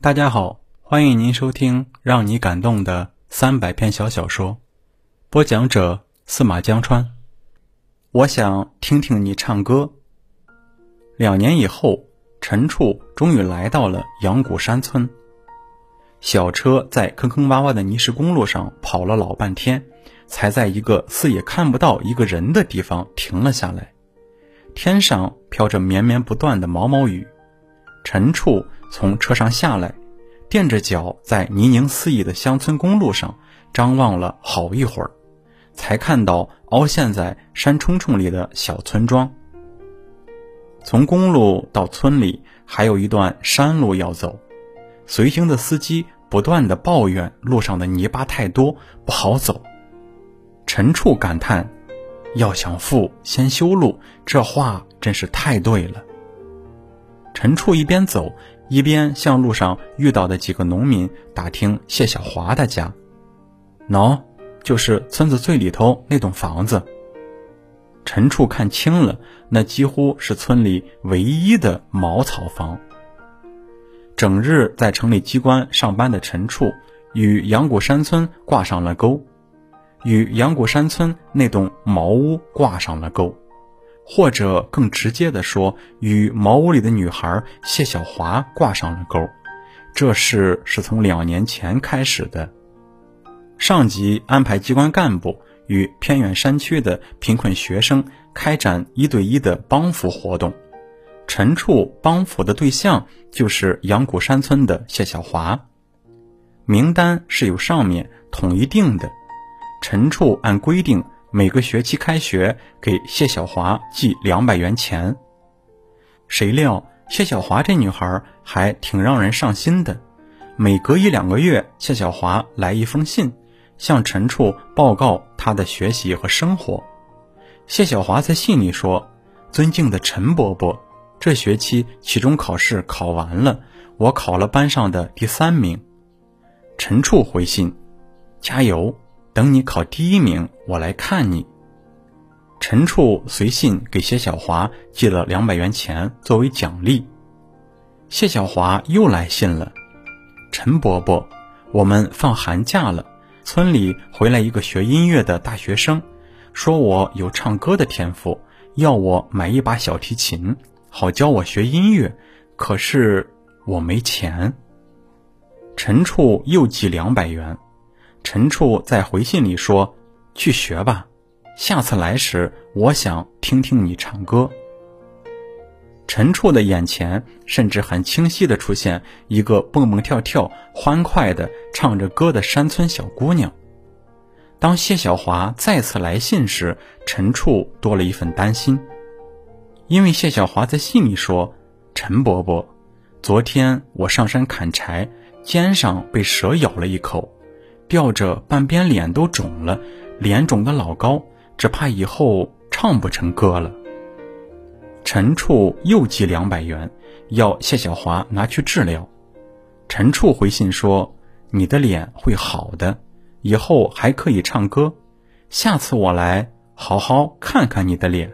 大家好，欢迎您收听让你感动的300篇小小说，播讲者司马江川。我想听听你唱歌。2年以后，陈处终于来到了阳谷山村。小车在坑坑洼洼的泥石公路上跑了老半天，才在一个似也看不到一个人的地方停了下来。天上飘着绵绵不断的毛毛雨。陈处从车上下来，垫着脚在泥泞四溢的乡村公路上张望了好一会儿，才看到凹陷在山冲冲里的小村庄。从公路到村里还有一段山路要走，随行的司机不断地抱怨路上的泥巴太多，不好走。陈处感叹，要想富先修路，这话真是太对了。陈处一边走一边向路上遇到的几个农民打听谢小华的家。喏，就是村子最里头那栋房子。陈处看清了，那几乎是村里唯一的茅草房。整日在城里机关上班的陈处与阳谷山村挂上了钩，与阳谷山村那栋茅屋挂上了钩，或者更直接地说，与茅屋里的女孩谢小华挂上了钩。这事是从2年前开始的。上级安排机关干部与偏远山区的贫困学生开展1对1的帮扶活动。陈处帮扶的对象就是阳谷山村的谢小华。名单是由上面统一定的，陈处按规定每个学期开学给谢小华寄200元钱。谁料谢小华这女孩还挺让人上心的，每隔1-2个月谢小华来一封信，向陈处报告她的学习和生活。谢小华在信里说，尊敬的陈伯伯，这学期期中考试考完了，我考了班上的第3名。陈处回信，加油，等你考第1名，我来看你。陈处随信给谢小华寄了200元钱作为奖励。谢小华又来信了，陈伯伯，我们放寒假了，村里回来一个学音乐的大学生，说我有唱歌的天赋，要我买一把小提琴，好教我学音乐，可是我没钱。陈处又寄200元。陈处在回信里说，去学吧，下次来时我想听听你唱歌。陈处的眼前甚至很清晰地出现一个蹦蹦跳跳欢快地唱着歌的山村小姑娘。当谢小华再次来信时，陈处多了一份担心，因为谢小华在信里说，陈伯伯，昨天我上山砍柴，肩上被蛇咬了一口，吊着半边脸都肿了，脸肿得老高，只怕以后唱不成歌了。陈处又寄200元，要谢小华拿去治疗。陈处回信说，你的脸会好的，以后还可以唱歌，下次我来好好看看你的脸。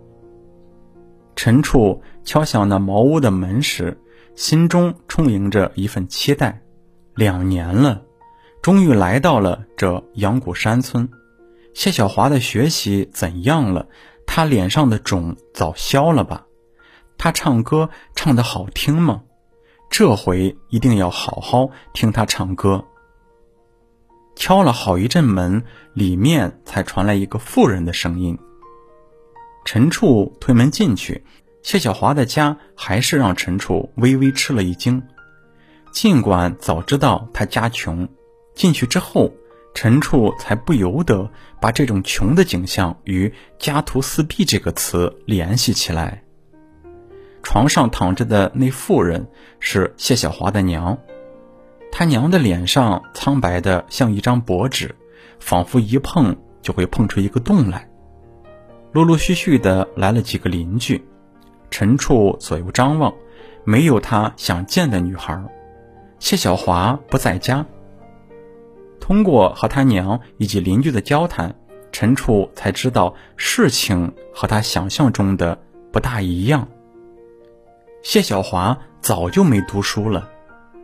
陈处敲响那茅屋的门时，心中充盈着一份期待。2年了，终于来到了这阳谷山村。谢小华的学习怎样了？她脸上的肿早消了吧？她唱歌唱得好听吗？这回一定要好好听她唱歌。敲了好一阵门，里面才传来一个妇人的声音。陈处推门进去，谢小华的家还是让陈处微微吃了一惊。尽管早知道他家穷，进去之后陈处才不由得把这种穷的景象与家徒四壁这个词联系起来。床上躺着的那妇人是谢小华的娘，她娘的脸上苍白的像一张薄纸，仿佛一碰就会碰出一个洞来。陆陆续续的来了几个邻居，陈处左右张望，没有他想见的女孩。谢小华不在家。通过和他娘以及邻居的交谈，陈处才知道事情和他想象中的不大一样。谢小华早就没读书了，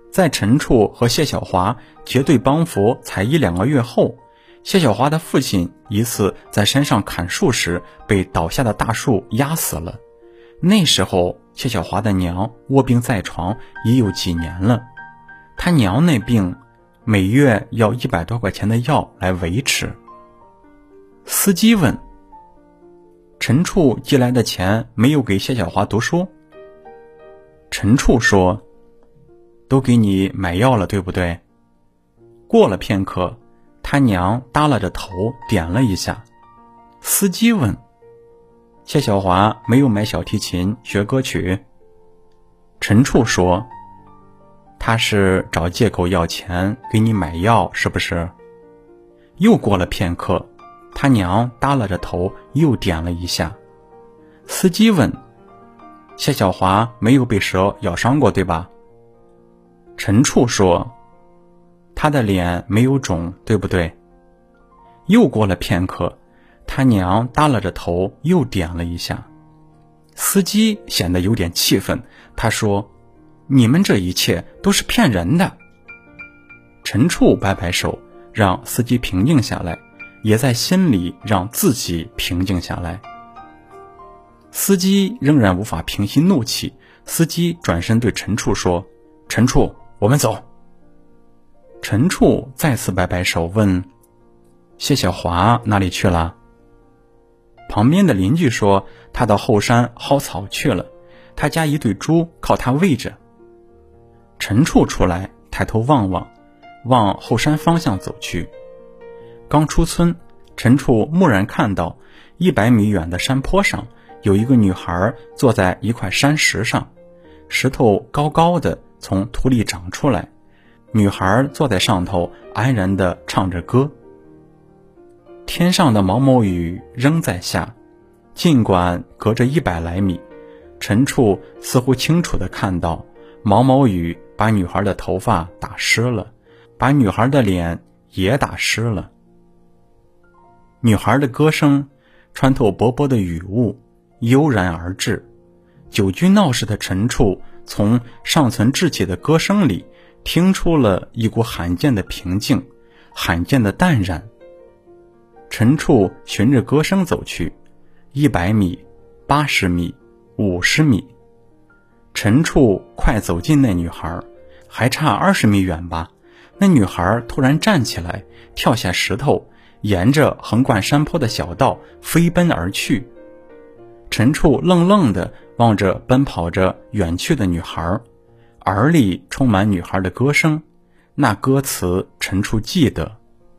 在陈处和谢小华结对帮扶才1-2个月后，谢小华的父亲一次在山上砍树时被倒下的大树压死了。那时候谢小华的娘卧病在床已有几年了，他娘那病每月要100多块钱的药来维持。司机问：陈处寄来的钱没有给谢小华读书？陈处说：都给你买药了，对不对？过了片刻，他娘耷拉着头点了一下。司机问：谢小华没有买小提琴学歌曲？陈处说：他是找借口要钱给你买药，是不是？又过了片刻，他娘耷拉着头又点了一下。司机问：谢小华没有被蛇咬伤过，对吧？陈处说：他的脸没有肿，对不对？又过了片刻，他娘耷拉着头又点了一下。司机显得有点气愤，他说：你们这一切都是骗人的。陈处摆摆手，让司机平静下来，也在心里让自己平静下来。司机仍然无法平息怒气，司机转身对陈处说：陈处，我们走。陈处再次摆摆手问：谢小华哪里去了？旁边的邻居说他到后山薅草去了，他家一对猪靠他喂着。陈处出来抬头望望，往后山方向走去。刚出村，陈处蓦然看到100米远的山坡上有一个女孩坐在一块山石上，石头高高的从土里长出来，女孩坐在上头安然地唱着歌。天上的毛毛雨仍在下，尽管隔着100来米，陈处似乎清楚地看到毛毛雨把女孩的头发打湿了，把女孩的脸也打湿了。女孩的歌声穿透薄薄的雨雾，悠然而至。久居闹市的陈处从尚存稚气的歌声里听出了一股罕见的平静，罕见的淡然。陈处循着歌声走去，100米、80米、50米。陈处快走近那女孩，还差20米远吧，那女孩突然站起来，跳下石头，沿着横贯山坡的小道飞奔而去。陈处愣愣地望着奔跑着远去的女孩，耳里充满女孩的歌声，那歌词陈处记得。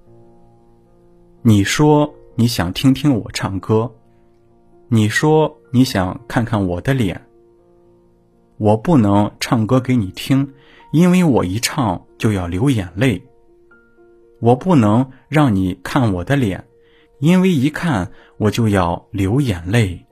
你说你想听听我唱歌，你说你想看看我的脸，我不能唱歌给你听，因为我一唱就要流眼泪。我不能让你看我的脸，因为一看我就要流眼泪。